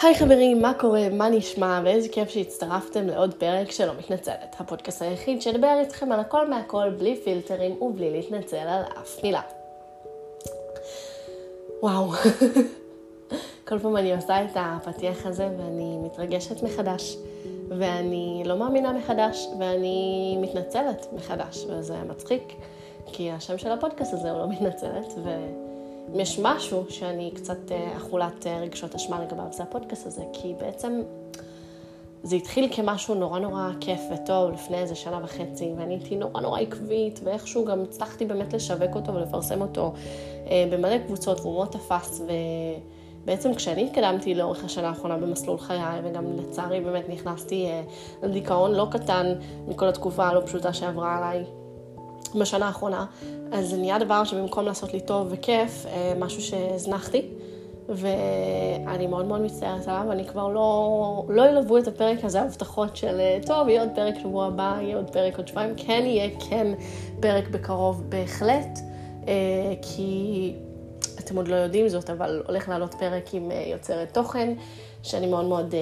היי חברים, מה קורה? מה נשמע? ואיזה כיף שהצטרפתם לעוד פרק של לא מתנצלת. הפודקאסט היחיד שדבר איתכם על הכל מהכל, בלי פילטרים ובלי להתנצל על אף מילה. וואו. כל פעם אני עושה את הפתיח הזה ואני מתרגשת מחדש. ואני לא מאמינה מחדש, ואני מתנצלת מחדש. וזה מצחיק, כי השם של הפודקאסט הזה הוא לא מתנצלת, יש משהו שאני קצת אכולת רגשות אשמה לגביו, זה הפודקאסט הזה, כי בעצם זה התחיל כמשהו נורא כיף וטוב לפני איזה שנה וחצי, ואני הייתי נורא עקבית, ואיכשהו גם הצלחתי באמת לשווק אותו ולפרסם אותו במלא קבוצות, והוא מאוד תפס, ובעצם כשאני התקדמתי לאורך השנה האחרונה במסלול חיי, וגם לצערי באמת נכנסתי לדיכאון לא קטן מכל התקופה הלא פשוטה שעברה עליי, בשנה האחרונה, אז זה נהיה דבר שבמקום לעשות לי טוב וכיף, משהו שהזנחתי, ואני מאוד מצטערת עליו, אני כבר לא ילוו את הפרק הזה, הבטחות של טוב, יהיה עוד פרק שבוע הבא, יהיה עוד פרק עוד שבועיים, כן יהיה פרק בקרוב בהחלט, כי אתם עוד לא יודעים זאת, אבל הולך לעלות פרק עם יוצרת תוכן, שאני מאוד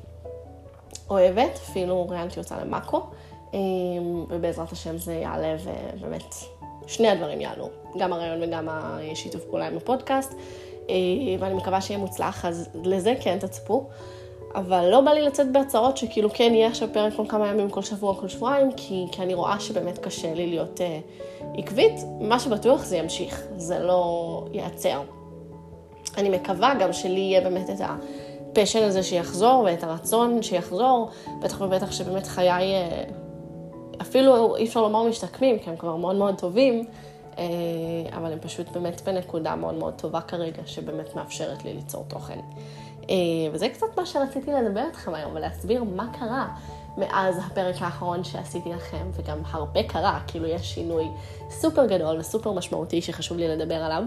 אוהבת, אפילו ראיינתי אותה למאקו, ובעזרת השם זה יעלה, ובאמת שני הדברים יעלו, גם הרעיון וגם השיתוף פעולה עם הפודקאסט, ואני מקווה שיהיה מוצלח, אז לזה כן תצפו, אבל לא בא לי לצאת בהצהרות שכאילו כן יהיה עכשיו פרק כל כמה ימים, כל שבוע, כל שבועיים, כי אני רואה שבאמת קשה לי להיות עקבית, מה שבטוח זה ימשיך, זה לא יעצר. אני מקווה גם שלי יהיה באמת את הפשן הזה שיחזור, ואת הרצון שיחזור, בטח ובטח שבאמת חיי אפילו אי אפשר לומר משתקמים, כי הם כבר מאוד טובים, אבל הם פשוט באמת בנקודה מאוד טובה כרגע, שבאמת מאפשרת לי ליצור תוכן. וזה קצת מה שרציתי לדבר איתכם היום, ולהסביר מה קרה מאז הפרק האחרון שעשיתי לכם, וגם הרבה קרה, כאילו יש שינוי סופר גדול וסופר משמעותי שחשוב לי לדבר עליו.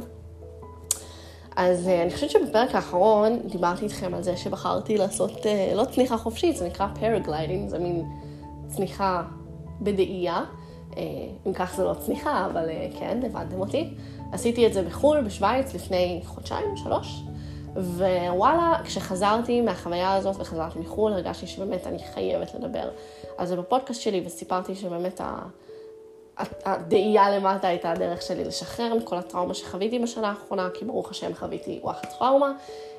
אז אני חושבת שבפרק האחרון דיברתי איתכם על זה שבחרתי לעשות, לא צניחה חופשית, זה נקרא פארגליידינג, זה מין צניחה בדאייה, אם כך זה לא צניחה, אבל כן, הבנתם אותי. עשיתי את זה בחול, בשוויץ, לפני חודשיים, 3, ווואלה, כשחזרתי מהחוויה הזאת וחזרתי מחול, הרגשתי שבאמת אני חייבת לדבר על זה בפודקאסט שלי, וסיפרתי שבאמת הדאייה למטה הייתה הדרך שלי לשחרר מכל הטראומה שחוויתי בשנה האחרונה, כי ברוך השם חוויתי וואחד טראומה,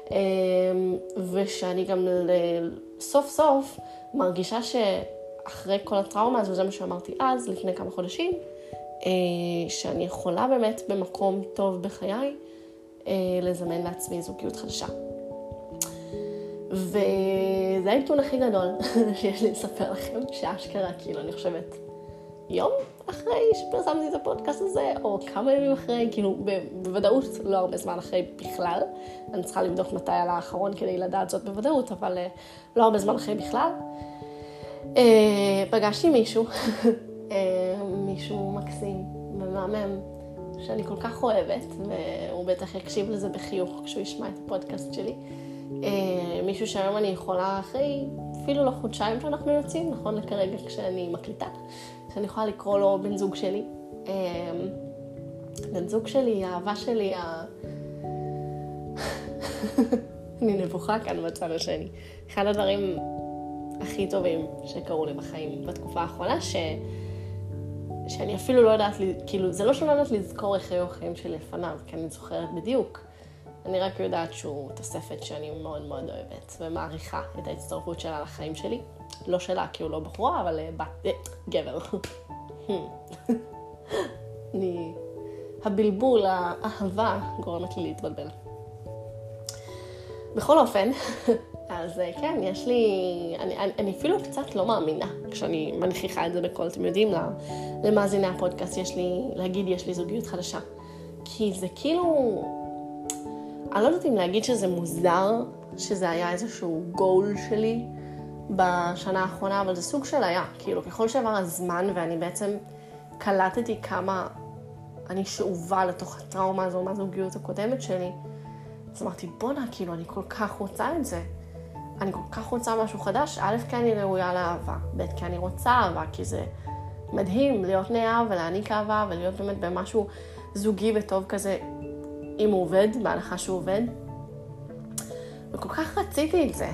ושאני גם סוף מרגישה אחרי כל הטראומה הזו, זה מה שאמרתי אז, לפני כמה חודשים, שאני יכולה באמת במקום טוב בחיי, לזמן לעצמי זוגיות חדשה. וזה העיתון הכי גדול שיש לי לספר לכם, שאשכרה, כאילו, אני חושבת, יום אחרי שפרסמתי את הפודקאסט הזה, או כמה ימים אחרי, כאילו, בוודאות לא הרבה זמן אחרי בכלל. אני צריכה לבדוק מתי על האחרון כדי לדעת זאת בוודאות, אבל לא הרבה זמן אחרי בכלל. פגשתי מישהו מקסים ומאמם שאני כל כך אוהבת, והוא בטח יקשיב לזה בחיוך כשהוא ישמע את הפודקאסט שלי. מישהו שהיום אני יכולה אחרי אפילו לא חודשיים שאנחנו יוצאים, נכון לכרגע כשאני מקליטה, שאני יכולה לקרוא לו בן זוג שלי. בן זוג שלי, האהבה שלי, אני נבוכה כאן בצד השני. אחד הדברים הכי טובים שקרו לי בחיים בתקופה האחרונה, שאני אפילו לא יודעת, כאילו, זה לא שאני לא יודעת לזכור איך היו החיים שלי לפניו, כי אני זוכרת בדיוק. אני רק יודעת שהוא תוספת שאני מאוד אוהבת, ומעריכה את ההצטרפות שלה לחיים שלי. לא שלה, כי הוא לא בחורה, אבל גבר. הבלבול, האהבה, גורמת לי להתבלבל. בכל אופן, אז כן, יש לי, אני אפילו קצת לא מאמינה כשאני מנכיחה את זה בכל, אתם יודעים, למאזיני הפודקאסט יש לי זוגיות חדשה. כי זה כאילו, אני לא יודעת אם להגיד שזה מוזר, שזה היה איזשהו גול שלי בשנה האחרונה, אבל זה סוג של היה, כאילו, ככל שעבר הזמן ואני בעצם קלטתי כמה אני שאובה לתוך הטראומה הזו מהזוגיות הקודמת שלי, אז אמרתי, בונה, כאילו, אני כל כך רוצה את זה. אני כל כך רוצה משהו חדש, א', כי אני ראויה לאהבה, ב', כי אני רוצה אהבה, כי זה מדהים להיות נאהב ולהעניק אהבה, ולהיות באמת במשהו זוגי וטוב כזה, אם הוא עובד, בהנחה שהוא עובד. וכל כך רציתי את זה.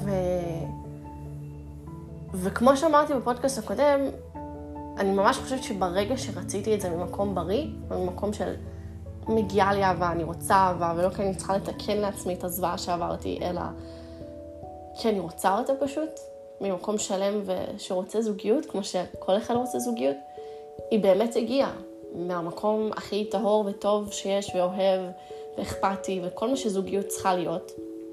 וכמו שאמרתי בפודקאסט הקודם, אני ממש חושבת שברגע שרציתי את זה ממקום בריא, ממקום של מגיעה לי אהבה, אני רוצה אהבה, ולא כי אני צריכה לתקן לעצמי את הזוועה שעברתי, אלא כי אני רוצה אותה פשוט, ממקום שלם ושרוצה זוגיות, כמו שכל אחד רוצה זוגיות, היא באמת הגיעה מהמקום הכי טהור וטוב שיש, ואוהב ואכפתי, וכל מה שזוגיות צריכה להיות.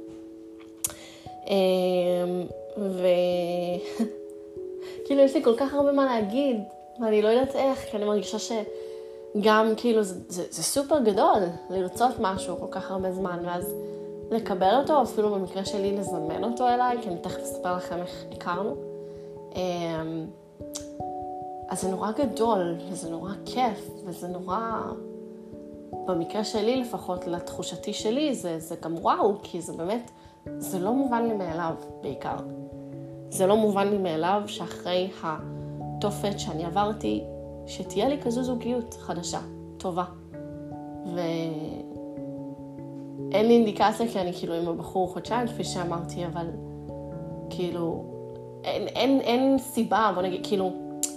כאילו יש לי כל כך הרבה מה להגיד, ואני לא יודעת איך, כי אני מרגישה שגם כאילו זה סופר גדול לרצות משהו כל כך הרבה זמן, ואז לקבל אותו, אפילו במקרה שלי לזמן אותו אליי, כי אני תכף אספר לכם איך הכרנו. אז זה נורא גדול, וזה נורא כיף, וזה נורא, במקרה שלי לפחות, לתחושתי שלי, זה גם וואו, כי זה באמת, זה לא מובן לי מאליו בעיקר. זה לא מובן לי מאליו שאחרי התופת שאני עברתי, שתהיה לי כזו זוגיות חדשה, טובה. ואין לי אינדיקציה, כי אני כאילו עם הבחור חודשיים, כפי שאמרתי, אבל כאילו, אין סיבה, בוא נגיד, כאילו,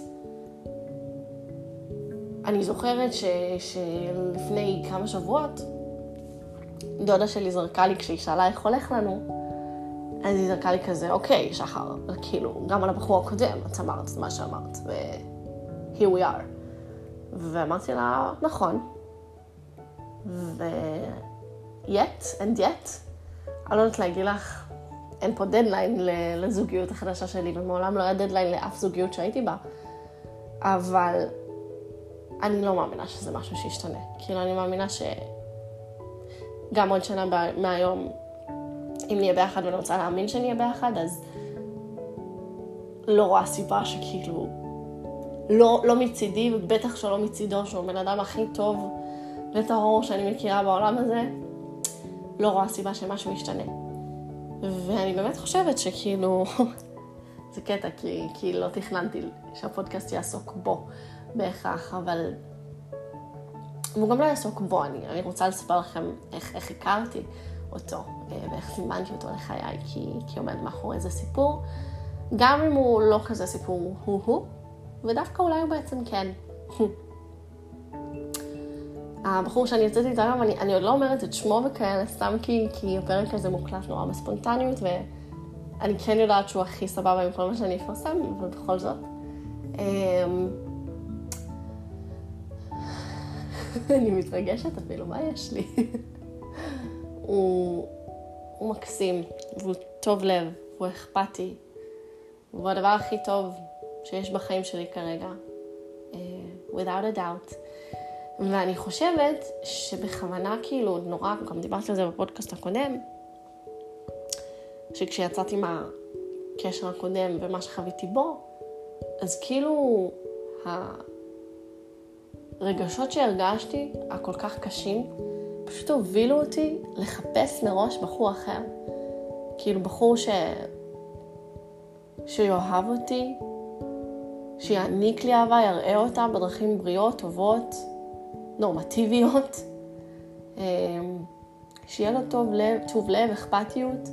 אני זוכרת שלפני כמה שבועות, דודה שלי זרקה לי, כשהיא שאלה איך הולך לנו, אז היא זרקה לי כזה, אוקיי, שחר, כאילו, גם על הבחור הקודם, את אמרת מה שאמרת, here we are. ואמרתי לה, נכון. and yet, אני לא יודעת להגיד לך, אין פה דדליין לזוגיות החדשה שלי, ומעולם לא היה דדליין לאף זוגיות שהייתי בה, אבל אני לא מאמינה שזה משהו שישתנה. כאילו, אני מאמינה שגם עוד שנה מהיום, אם נהיה ביחד ואני רוצה להאמין שנהיה ביחד, אז לא רואה סיבה שכאילו, לא מצידי, ובטח שלא מצידו, שהוא בן אדם הכי טוב וטהור שאני מכירה בעולם הזה, לא רואה סיבה שמשהו ישתנה. ואני באמת חושבת שכאילו, זה קטע, כי לא תכננתי שהפודקאסט יעסוק בו בהכרח, אבל הוא גם לא יעסוק בו, אני רוצה לספר לכם איך הכרתי אותו, ואיך סימנתי אותו לחיי, כי עומד מאחורי איזה סיפור, גם אם הוא לא כזה סיפור הוא, ודווקא אולי הוא בעצם כן. הבחור שאני יוצאת איתו היום, אני עוד לא אומרת את שמו וכאלה, סתם כי הפרק הזה מוקלט נורא בספונטניות, ואני כן יודעת שהוא הכי סבבה עם כל מה שאני אפרסם, אבל בכל זאת. אני מתרגשת אפילו, מה יש לי? הוא מקסים, והוא טוב לב, והוא אכפתי, והוא הדבר הכי טוב שיש בחיים שלי כרגע, without a doubt. ואני חושבת שבכוונה כאילו נורא, גם דיברתי על זה בפודקאסט הקודם, שכשיצאתי מהקשר הקודם ומה שחוויתי בו, אז כאילו הרגשות שהרגשתי, הכל כך קשים, פשוט הובילו אותי לחפש מראש בחור אחר. כאילו בחור שיאהב אותי, שיעניק לי אהבה, יראה אותה בדרכים בריאות, טובות, נורמטיביות, שיהיה לו טוב לב, אכפתיות,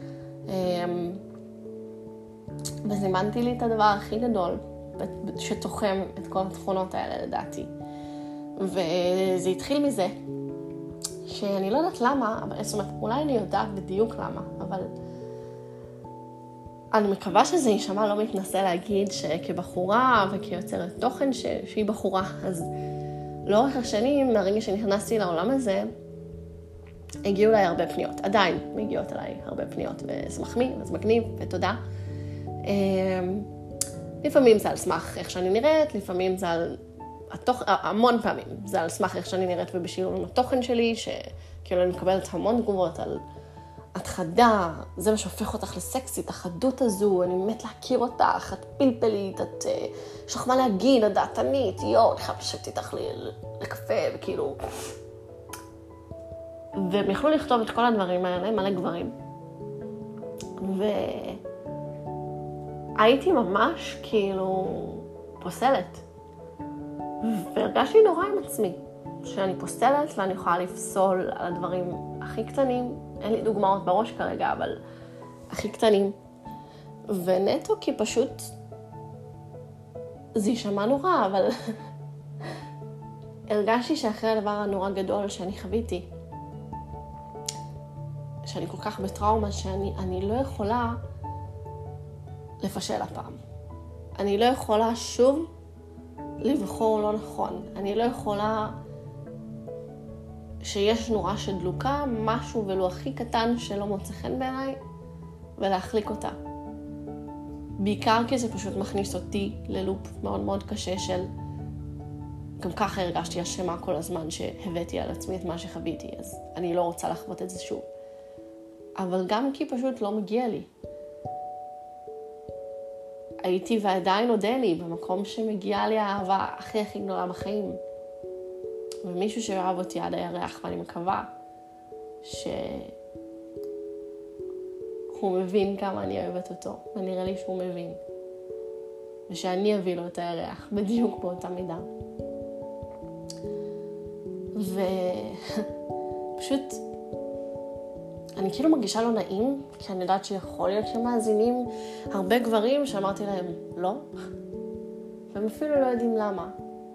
וזימנתי לי את הדבר הכי גדול שתוחם את כל התכונות האלה לדעתי. וזה התחיל מזה שאני לא יודעת למה, זאת אומרת, אולי אני יודעת בדיוק למה, אבל אני מקווה שזה יישמע לא מתנסה להגיד שכבחורה וכיוצרת תוכן שהיא בחורה. אז לאורך השנים, מהרגע שנכנסתי לעולם הזה, הגיעו אליי הרבה פניות. עדיין מגיעות אליי הרבה פניות, וזה מחמיא, וזה מגניב, ותודה. לפעמים זה על סמך איך שאני נראית, לפעמים זה על המון פעמים זה על סמך איך שאני נראית ובשילוב התוכן שלי, שכאילו אני מקבלת המון תגובות על את חדה, זה מה שהופך אותך לסקסית, החדות הזו, אני באמת להכיר אותך, את פלפלית, יש לך מה להגיד, את דעתנית, אני חייב לשבת איתך לקפה, וכאילו. והם יכלו לכתוב את כל הדברים האלה, מלא גברים. והייתי ממש כאילו פוסלת. והרגשתי נורא עם עצמי. שאני פוסטלת ואני יכולה לפסול על הדברים הכי קטנים. אין לי דוגמאות בראש כרגע, אבל הכי קטנים. ונטו כי פשוט זה יישמע נורא, אבל הרגשתי שאחרי הדבר הנורא גדול שאני חוויתי, שאני כל כך בטראומה שאני לא יכולה לפשל הפעם. אני לא יכולה שוב לבחור לא נכון. אני לא יכולה שיש נורה שדלוקה, משהו ולו הכי קטן שלא מוצא חן בעיניי, ולהחליק אותה. בעיקר כי זה פשוט מכניס אותי ללופ מאוד מאוד קשה של גם ככה הרגשתי אשמה כל הזמן שהבאתי על עצמי את מה שחוויתי, אז אני לא רוצה לחוות את זה שוב. אבל גם כי פשוט לא מגיע לי. הייתי ועדיין עודה לי במקום שמגיעה לי האהבה הכי הכי גדולה בחיים. ומישהו שאוהב אותי עד הירח, ואני מקווה שהוא מבין כמה אני אוהבת אותו, ונראה לי שהוא מבין. ושאני אביא לו את הירח, בדיוק באותה מידה. ופשוט, אני כאילו מרגישה לא נעים, כי אני יודעת שיכול להיות שמאזינים הרבה גברים שאמרתי להם לא, והם אפילו לא יודעים למה.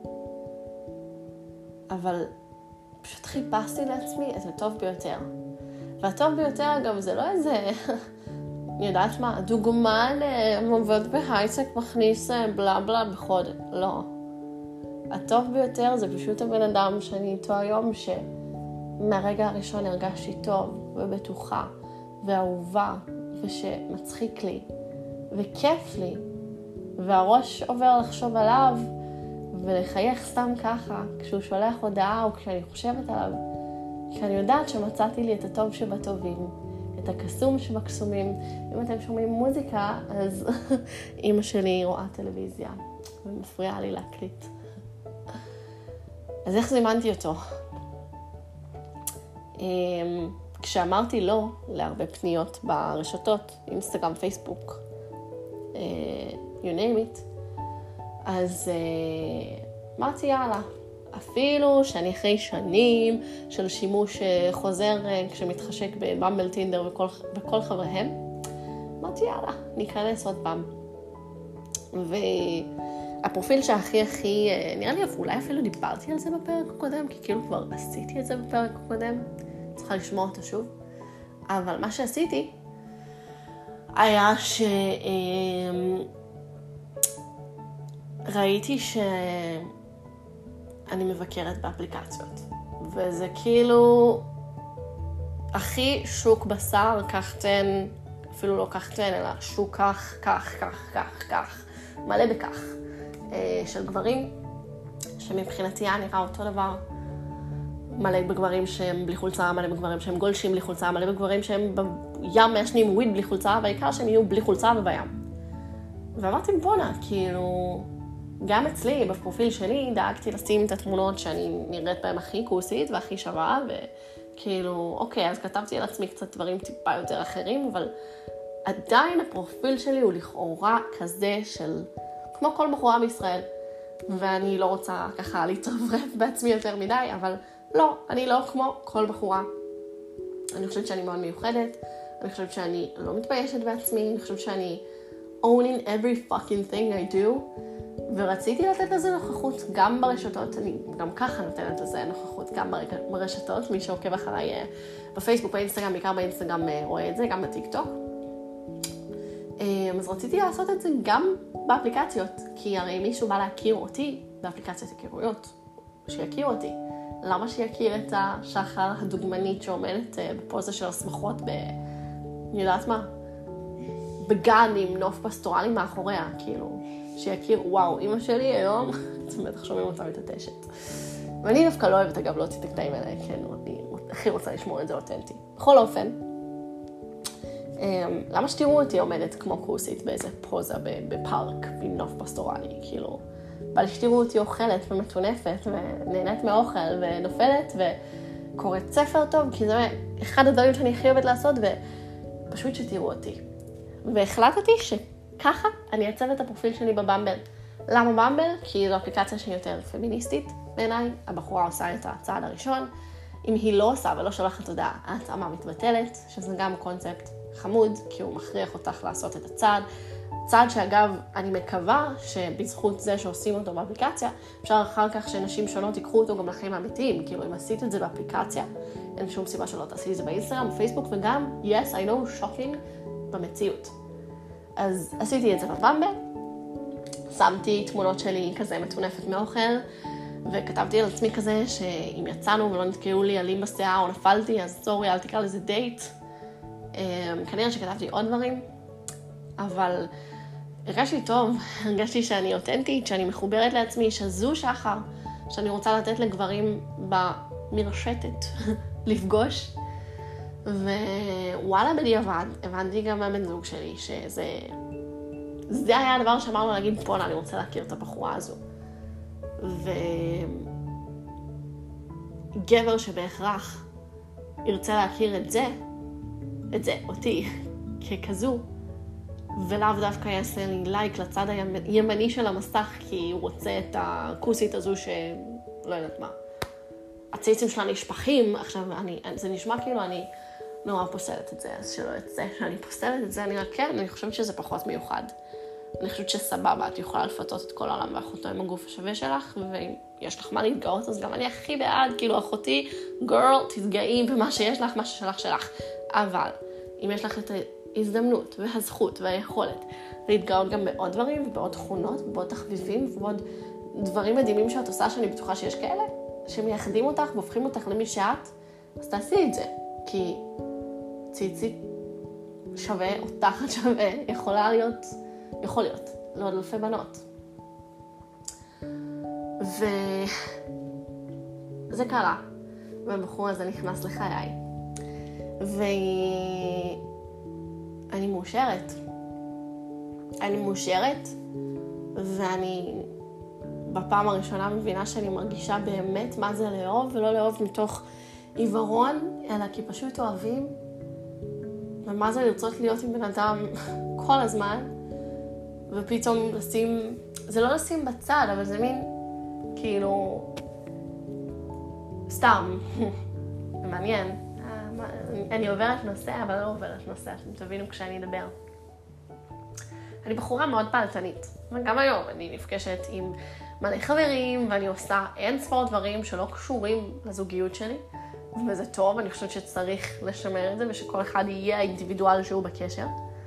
אבל פשוט חיפשתי לעצמי את הטוב ביותר. והטוב ביותר, אגב, זה לא איזה, אני יודעת מה, דוגמה לעובד בהייטק מכניס בלה בלה בחודש. לא. הטוב ביותר זה פשוט הבן אדם שאני איתו היום, שמהרגע הראשון הרגשתי טוב ובטוחה ואהובה, ושמצחיק לי וכיף לי, והראש עובר לחשוב עליו ולחייך סתם ככה כשהוא שולח הודעה או כשאני חושבת עליו, כי אני יודעת שמצאתי לי את הטוב שבטובים, את הקסום שבקסומים. אם אתם שומעים מוזיקה, אז אמא שלי רואה טלוויזיה ומפריעה לי להקליט. אז איך זימנתי אותו? כשאמרתי לא להרבה פניות ברשתות, אינסטגרם, פייסבוק, you name it, אז אמרתי יאללה, אפילו שאני אחרי שנים של שימוש חוזר כשמתחשק בבמבל, טינדר וכל חבריהם, אמרתי יאללה, ניכנס עוד פעם. והפרופיל שהכי, נראה לי אולי אפילו דיברתי על זה בפרק הקודם, כי כאילו כבר עשיתי את זה בפרק הקודם, צריכה לשמוע אותו שוב. אבל מה שעשיתי היה ראיתי שאני מבקרת באפליקציות, וזה כאילו הכי שוק בשר, כך תן, אפילו לא כך תן, אלא שוק כך, מלא בכך, של גברים, שמבחינתי היה נראה אותו דבר, מלא בגברים שהם בלי חולצה, מלא בגברים שהם גולשים בלי חולצה, מלא בגברים שהם בים מעשנים וויד בלי חולצה, והעיקר שהם יהיו בלי חולצה ובים. ואמרתי, בונה, כאילו, גם אצלי, בפרופיל שלי, דאגתי לשים את התמונות שאני נראית בהם הכי כוסית והכי שווה, וכאילו, אוקיי, אז כתבתי על עצמי קצת דברים טיפה יותר אחרים, אבל עדיין הפרופיל שלי הוא לכאורה כזה של, כמו כל בחורה בישראל, ואני לא רוצה ככה להתרברב בעצמי יותר מדי, אבל לא, אני לא כמו כל בחורה. אני חושבת שאני מאוד מיוחדת, אני חושבת שאני לא מתביישת בעצמי, אני חושבת שאני owning every fucking thing I do, ורציתי לתת לזה נוכחות גם ברשתות, אני גם ככה נותנת לזה נוכחות גם ברשתות, מי שעוקב אחריי בפייסבוק, באינסטגרם, בעיקר באינסטגרם רואה את זה, גם בטיקטוק. אז רציתי לעשות את זה גם באפליקציות, כי הרי מישהו בא להכיר אותי באפליקציות הכירויות, שיכיר אותי. למה שיכיר את השחר הדוגמנית שעומדת בפוזה של הסמכות אני יודעת מה? בגן עם נוף פסטורלי מאחוריה, כאילו, שיכיר, וואו, אמא שלי היום, אתם בטח שומעים אותה מתעטשת. ואני דווקא לא אוהבת, אגב, להוציא את הקטעים האלה, כן, אני הכי רוצה לשמור את זה אותנטי. בכל אופן, למה שתראו אותי עומדת כמו כוסית באיזה פוזה בפארק עם נוף פסטורלי, כאילו, בא לי שתראו אותי אוכלת ומטונפת ונהנית מאוכל ונופלת וקוראת ספר טוב, כי זה אחד הדברים שאני הכי אוהבת לעשות, ופשוט שתראו אותי. והחלטתי שככה אני אעצב את הפרופיל שלי בבמבל. למה במבל? כי זו אפליקציה שהיא יותר פמיניסטית בעיניי, הבחורה עושה את הצעד הראשון. אם היא לא עושה ולא שולחת הודעה, ההתאמה מתבטלת, שזה גם קונספט חמוד, כי הוא מכריח אותך לעשות את הצעד. צעד שאגב, אני מקווה שבזכות זה שעושים אותו באפליקציה, אפשר אחר כך שנשים שונות ייקחו אותו גם לחיים האמיתיים. כאילו, אם עשית את זה באפליקציה, אין שום סיבה שלא תעשי את זה באינסטגרם, בפייסבוק, וגם, yes, I know, shocking, במציאות. אז עשיתי את זה בבמבה, שמתי תמונות שלי כזה מטונפת מאוכל, וכתבתי על עצמי כזה שאם יצאנו ולא נתקעו לי עלים בשיער או נפלתי, אז סורי, אל תקרא לזה דייט. כנראה שכתבתי עוד דברים, אבל הרגשתי טוב, הרגשתי שאני אותנטית, שאני מחוברת לעצמי, שזו שחר, שאני רוצה לתת לגברים במרשתת לפגוש. ווואלה, בדיעבד, הבנתי גם מהבן זוג שלי שזה היה הדבר שאמרנו להגיד, פונה, אני רוצה להכיר את הבחורה הזו. וגבר שבהכרח ירצה להכיר את זה, אותי, ככזו, ולאו דווקא יעשה לי לייק לצד הימני של המסך, כי הוא רוצה את הכוסית הזו שלא יודעת מה. הצייצים שלה נשפכים, עכשיו זה נשמע כאילו אני נורא פוסלת את זה, אז שלא יצא שאני פוסלת את זה, אני חושבת שזה פחות מיוחד. אני חושבת שסבבה, את יכולה לפתות את כל העולם ואחותו עם הגוף השווה שלך, ואם יש לך מה להתגאות, אז גם אני הכי בעד, כאילו אחותי, גרל, תתגאי במה שיש לך, מה ששלך שלך. אבל אם יש לך את ההזדמנות והזכות והיכולת להתגאות גם בעוד דברים ובעוד תכונות ובעוד תחביבים ובעוד דברים מדהימים שאת עושה, שאני בטוחה שיש כאלה, שמייחדים אותך והופכים אותך למי שאת, אז תעשי את זה. כי ציצי שווה או תחת שווה יכול להיות לעוד אלפי בנות. וזה קרה. והבחור הזה נכנס לחיי. ואני מאושרת. ואני בפעם הראשונה מבינה שאני מרגישה באמת מה זה לאהוב, ולא לאהוב מתוך עיוורון, אלא כי פשוט אוהבים. ומה זה לרצות להיות עם בן אדם כל הזמן, ופתאום לשים, זה לא לשים בצד, אבל זה מין, כאילו, סתם, מעניין. אני עוברת נושא, אבל לא עוברת נושא, אתם תבינו כשאני אדבר. אני בחורה מאוד פעלתנית, וגם היום אני נפגשת עם מלא חברים, ואני עושה אין ספור דברים שלא קשורים לזוגיות שלי, וזה טוב, אני חושבת שצריך לשמר את זה, ושכל אחד יהיה האינדיבידואל שהוא בקשר.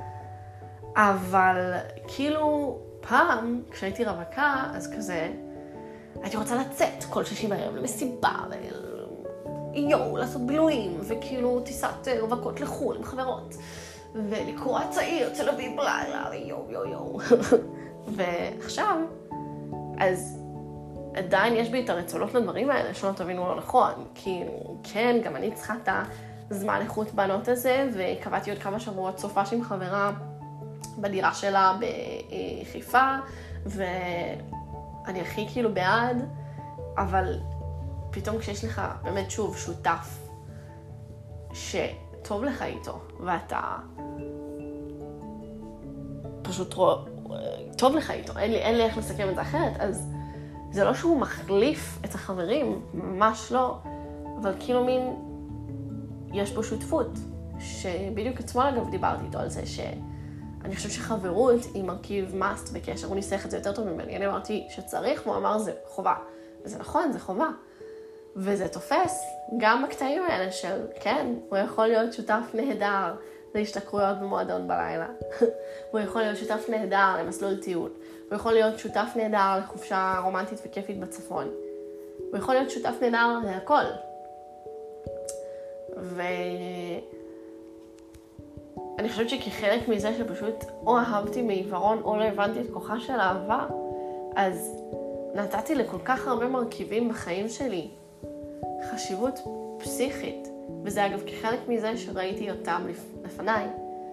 אבל כאילו פעם, כשהייתי רווקה, אז כזה, הייתי רוצה לצאת כל שישי בערב למסיבה, לעשות בילויים, וכאילו טיסת רווקות לחול עם חברות, ולקרוא צעיר, תל אביב בלילה, יו. ועכשיו, אז עדיין יש בי את הרצונות לדברים האלה, שלא תבינו לא נכון, כי כן, גם אני צריכה את הזמן איכות בנות הזה, וקבעתי עוד כמה שבועות סופש עם חברה בדירה שלה בחיפה, ואני הכי כאילו בעד, אבל פתאום כשיש לך באמת שוב שותף שטוב לך איתו, ואתה פשוט טוב לך איתו, אין לי איך לסכם את זה אחרת, אז זה לא שהוא מחליף את החברים, ממש לא, אבל כאילו מין, יש פה שותפות, שבדיוק אתמול אגב דיברתי איתו על זה, שאני חושבת שחברות היא מרכיב מאסט בקשר, הוא ניסח את זה יותר טוב ממני, אני אמרתי שצריך, והוא אמר זה חובה, וזה נכון, זה חובה, וזה תופס גם בקטעים האלה של, כן, הוא יכול להיות שותף נהדר להשתכרויות במועדון בלילה, הוא יכול להיות שותף נהדר למסלול טיול, הוא יכול להיות שותף נהדר לחופשה רומנטית וכיפית בצפון, הוא יכול להיות שותף נהדר להכל. ואני חושבת שכחלק מזה שפשוט או אהבתי מעיוורון או לא הבנתי את כוחה של אהבה, אז נתתי לכל כך הרבה מרכיבים בחיים שלי חשיבות פסיכית, וזה אגב כחלק מזה שראיתי אותם לפניי.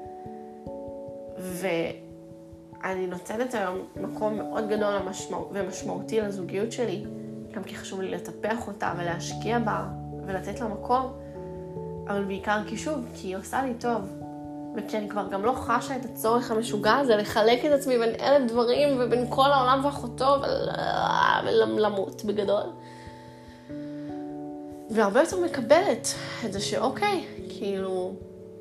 ואני נותנת היום מקום מאוד גדול ומשמעותי לזוגיות שלי, גם כי חשוב לי לטפח אותה ולהשקיע בה ולתת לה מקום, אבל בעיקר כי שוב, כי היא עושה לי טוב. וכי אני כבר גם לא חשה את הצורך המשוגע הזה לחלק את עצמי בין 1000 דברים ובין כל העולם ואחותו ולמות בגדול. והרבה יותר מקבלת את זה שאוקיי, כאילו,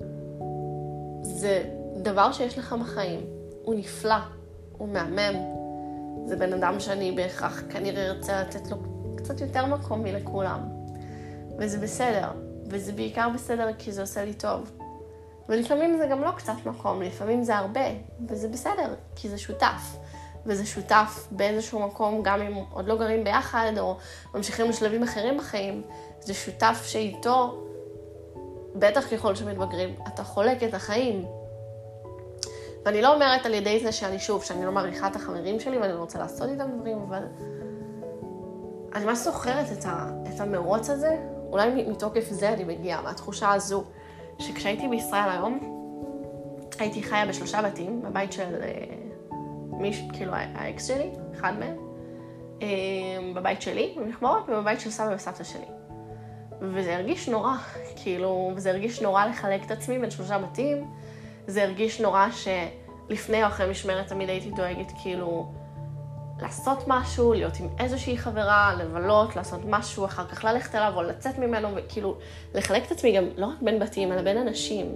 זה דבר שיש לך בחיים, הוא נפלא, הוא מהמם, זה בן אדם שאני בהכרח כנראה ארצה לתת לו קצת יותר מקום מלכולם, וזה בסדר, וזה בעיקר בסדר כי זה עושה לי טוב. ולפעמים זה גם לא קצת מקום, לפעמים זה הרבה, וזה בסדר, כי זה שותף. וזה שותף באיזשהו מקום, גם אם עוד לא גרים ביחד, או ממשיכים לשלבים אחרים בחיים, זה שותף שאיתו, בטח ככל שמתבגרים, אתה חולק את החיים. ואני לא אומרת על ידי זה שאני לא מעריכה את החברים שלי, ואני לא רוצה לעשות איתם דברים, אבל אני ממש זוכרת את המרוץ הזה, אולי מתוקף זה אני מגיעה, מהתחושה הזו, שכשהייתי בישראל היום, הייתי חיה ב3 בתים, בבית של כאילו האקס שלי, אחד מהם, בבית שלי, במכמורת, ובבית של סבא וסבתא שלי. וזה הרגיש נורא, כאילו, וזה הרגיש נורא לחלק את עצמי בין 3 בתים, זה הרגיש נורא שלפני או אחרי משמרת תמיד הייתי דואגת, כאילו, לעשות משהו, להיות עם איזושהי חברה, לבלות, לעשות משהו, אחר כך ללכת אליו או לצאת ממנו, וכאילו, לחלק את עצמי גם לא רק בין בתים, אלא בין אנשים.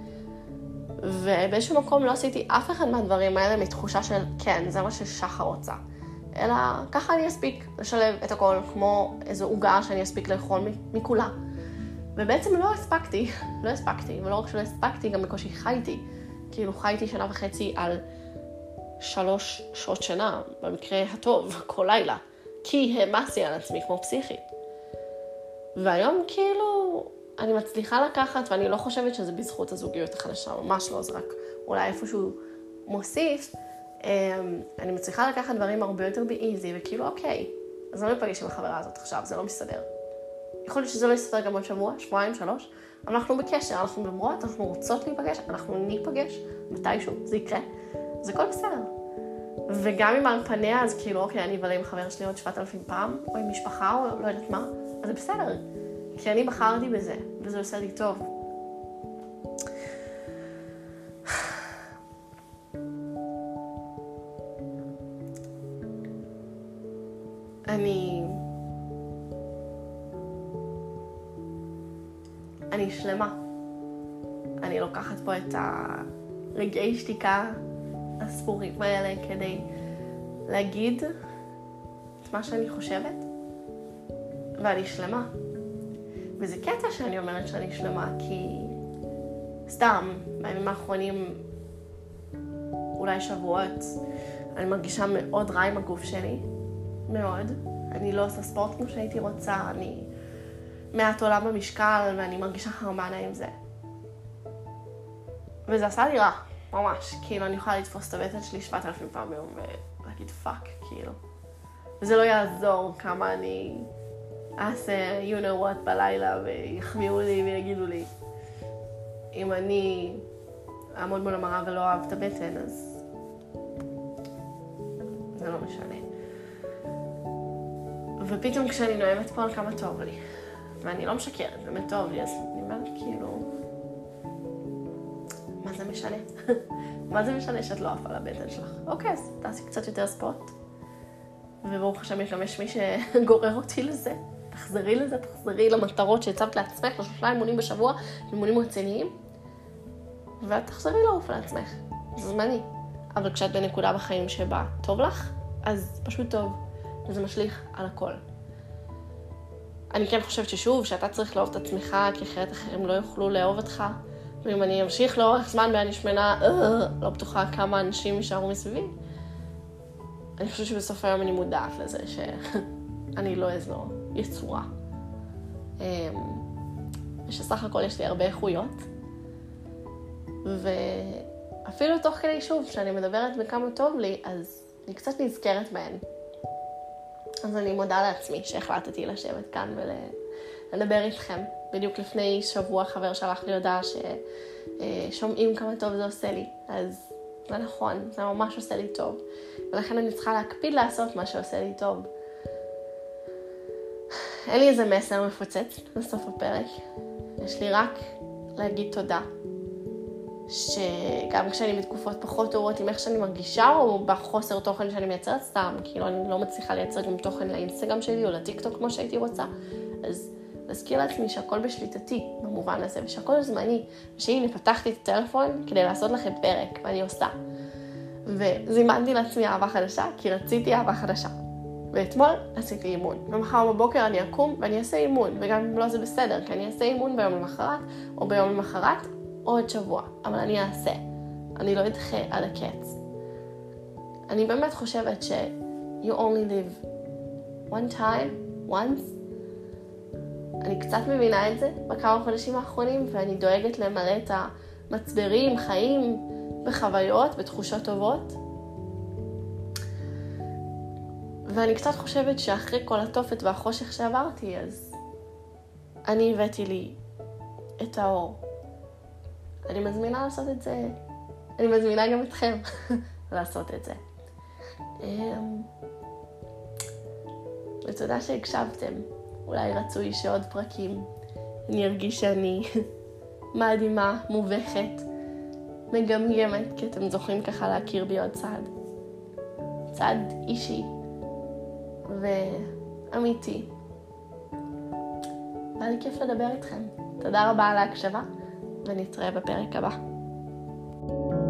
ובאיזשהו מקום לא עשיתי אף אחד מהדברים האלה מתחושה של כן, זה מה ששחר רוצה. אלא ככה אני אספיק לשלב את הכל כמו איזו עוגה שאני אספיק לאכול מכולה. ובעצם לא הספקתי, ולא רק שלא הספקתי, גם בקושי חייתי. כאילו חייתי 1.5 שנה על 3 שעות שינה, במקרה הטוב, כל לילה. כי העמסתי על עצמי כמו פסיכית. והיום כאילו אני מצליחה לקחת, ואני לא חושבת שזה בזכות הזוגיות החדשה, ממש לא, זה רק אולי איפשהו מוסיף, אני מצליחה לקחת דברים הרבה יותר באיזי, וכאילו אוקיי, אז אני לא אפגש עם החברה הזאת עכשיו, זה לא מסתדר. יכול להיות שזה לא יסתדר גם עוד שבוע, 2, 3, אבל אנחנו בקשר, אנחנו במרות, אנחנו רוצות להיפגש, אנחנו ניפגש, מתישהו, זה יקרה, זה כל בסדר. וגם עם פניה, אז כאילו אוקיי, אני אבלה עם חבר שלי עוד 7,000 פעם, או עם משפחה, או לא יודעת מה, אז זה בסדר. כי אני בחרתי בזה, וזה עושה לי טוב. אני שלמה. אני לוקחת פה את הרגעי שתיקה הספורים האלה כדי להגיד את מה שאני חושבת, ואני שלמה. וזה קטע שאני אומרת שאני שלמה, כי סתם, בימים האחרונים, אולי שבועות, אני מרגישה מאוד רע עם הגוף שלי, מאוד. אני לא עושה ספורט כמו שהייתי רוצה, אני מעט עולה במשקל, ואני מרגישה חרמנה עם זה. וזה עשה לי רע, ממש. כאילו, אני יכולה לתפוס את הבטן שלי 7,000 פעם ביום, ולהגיד פאק, כאילו. וזה לא יעזור כמה אני אעשה you know what בלילה, ויחמיאו לי ויגידו לי. אם אני אעמוד מול המראה ולא אוהב את הבטן, אז זה לא משנה. ופתאום כשאני נואמת פה על כמה טוב לי, ואני לא משקרת, באמת טוב לי, אז אני אומרת כאילו, מה זה משנה? מה זה משנה שאת לא עפה על הבטן שלך? אוקיי, אז תעשי קצת יותר ספורט, וברוך השם יש גם מי שגורר אותי לזה. תחזרי לזה, תחזרי למטרות שהצבת לעצמך, 3 אימונים בשבוע, אימונים רציניים, ואת תחזרי לעוף לעצמך. זה זמני. אבל כשאת בנקודה בחיים שבה טוב לך, אז פשוט טוב. וזה משליך על הכל. אני כן חושבת ששוב, שאתה צריך לאהוב את עצמך, כי אחרת אחרים לא יוכלו לאהוב אותך. ואם אני אמשיך לאורך זמן ואני שמנה, לא בטוחה כמה אנשים יישארו מסביבי. אני חושבת שבסוף היום אני מודעת לזה שאני לא איזו יצורה. ושסך הכל יש לי הרבה איכויות. ואפילו תוך כדי שוב, שאני מדברת בכמה טוב לי, אז אני קצת נזכרת בהן. אז אני מודה לעצמי שהחלטתי לשבת כאן ולדבר איתכם. בדיוק לפני שבוע חבר שלח לי הודעה ששומעים כמה טוב זה עושה לי. אז זה נכון, זה ממש עושה לי טוב. ולכן אני צריכה להקפיד לעשות מה שעושה לי טוב. אין לי איזה מסר מפוצץ בסוף הפרק. יש לי רק להגיד תודה. שגם כשאני בתקופות פחות טובות עם איך שאני מרגישה, או בחוסר תוכן שאני מייצרת סתם, כאילו אני לא מצליחה לייצר גם תוכן לאינסטגרם שלי או לטיקטוק כמו שהייתי רוצה, אז להזכיר לעצמי שהכל בשליטתי במובן הזה, ושהכל זמני, ושהנה פתחתי את הטלפון כדי לעשות לכם פרק, ואני עושה. וזימנתי לעצמי אהבה חדשה, כי רציתי אהבה חדשה. ואתמול עשיתי אימון, ומחר בבוקר אני אקום ואני אעשה אימון, וגם אם לא זה בסדר, כי אני אעשה אימון ביום למחרת, או ביום למחרת, או עוד שבוע, אבל אני אעשה. אני לא אדחה על הקץ. אני באמת חושבת ש you only live one time, once. אני קצת מבינה את זה בכמה חודשים האחרונים, ואני דואגת למלא את המצברים, חיים, בחוויות, בתחושות טובות. ואני קצת חושבת שאחרי כל התופת והחושך שעברתי, אז אני הבאתי לי את האור. אני מזמינה לעשות את זה. אני מזמינה גם אתכם לעשות את זה. ותודה שהקשבתם. אולי רצוי שעוד פרקים אני ארגיש שאני מדהימה, מובכת, מגמגמת, כי אתם זוכרים ככה להכיר בי עוד צעד אישי ואמיתי. והיה לי כיף לדבר איתכם. תודה רבה על ההקשבה, ונתראה בפרק הבא.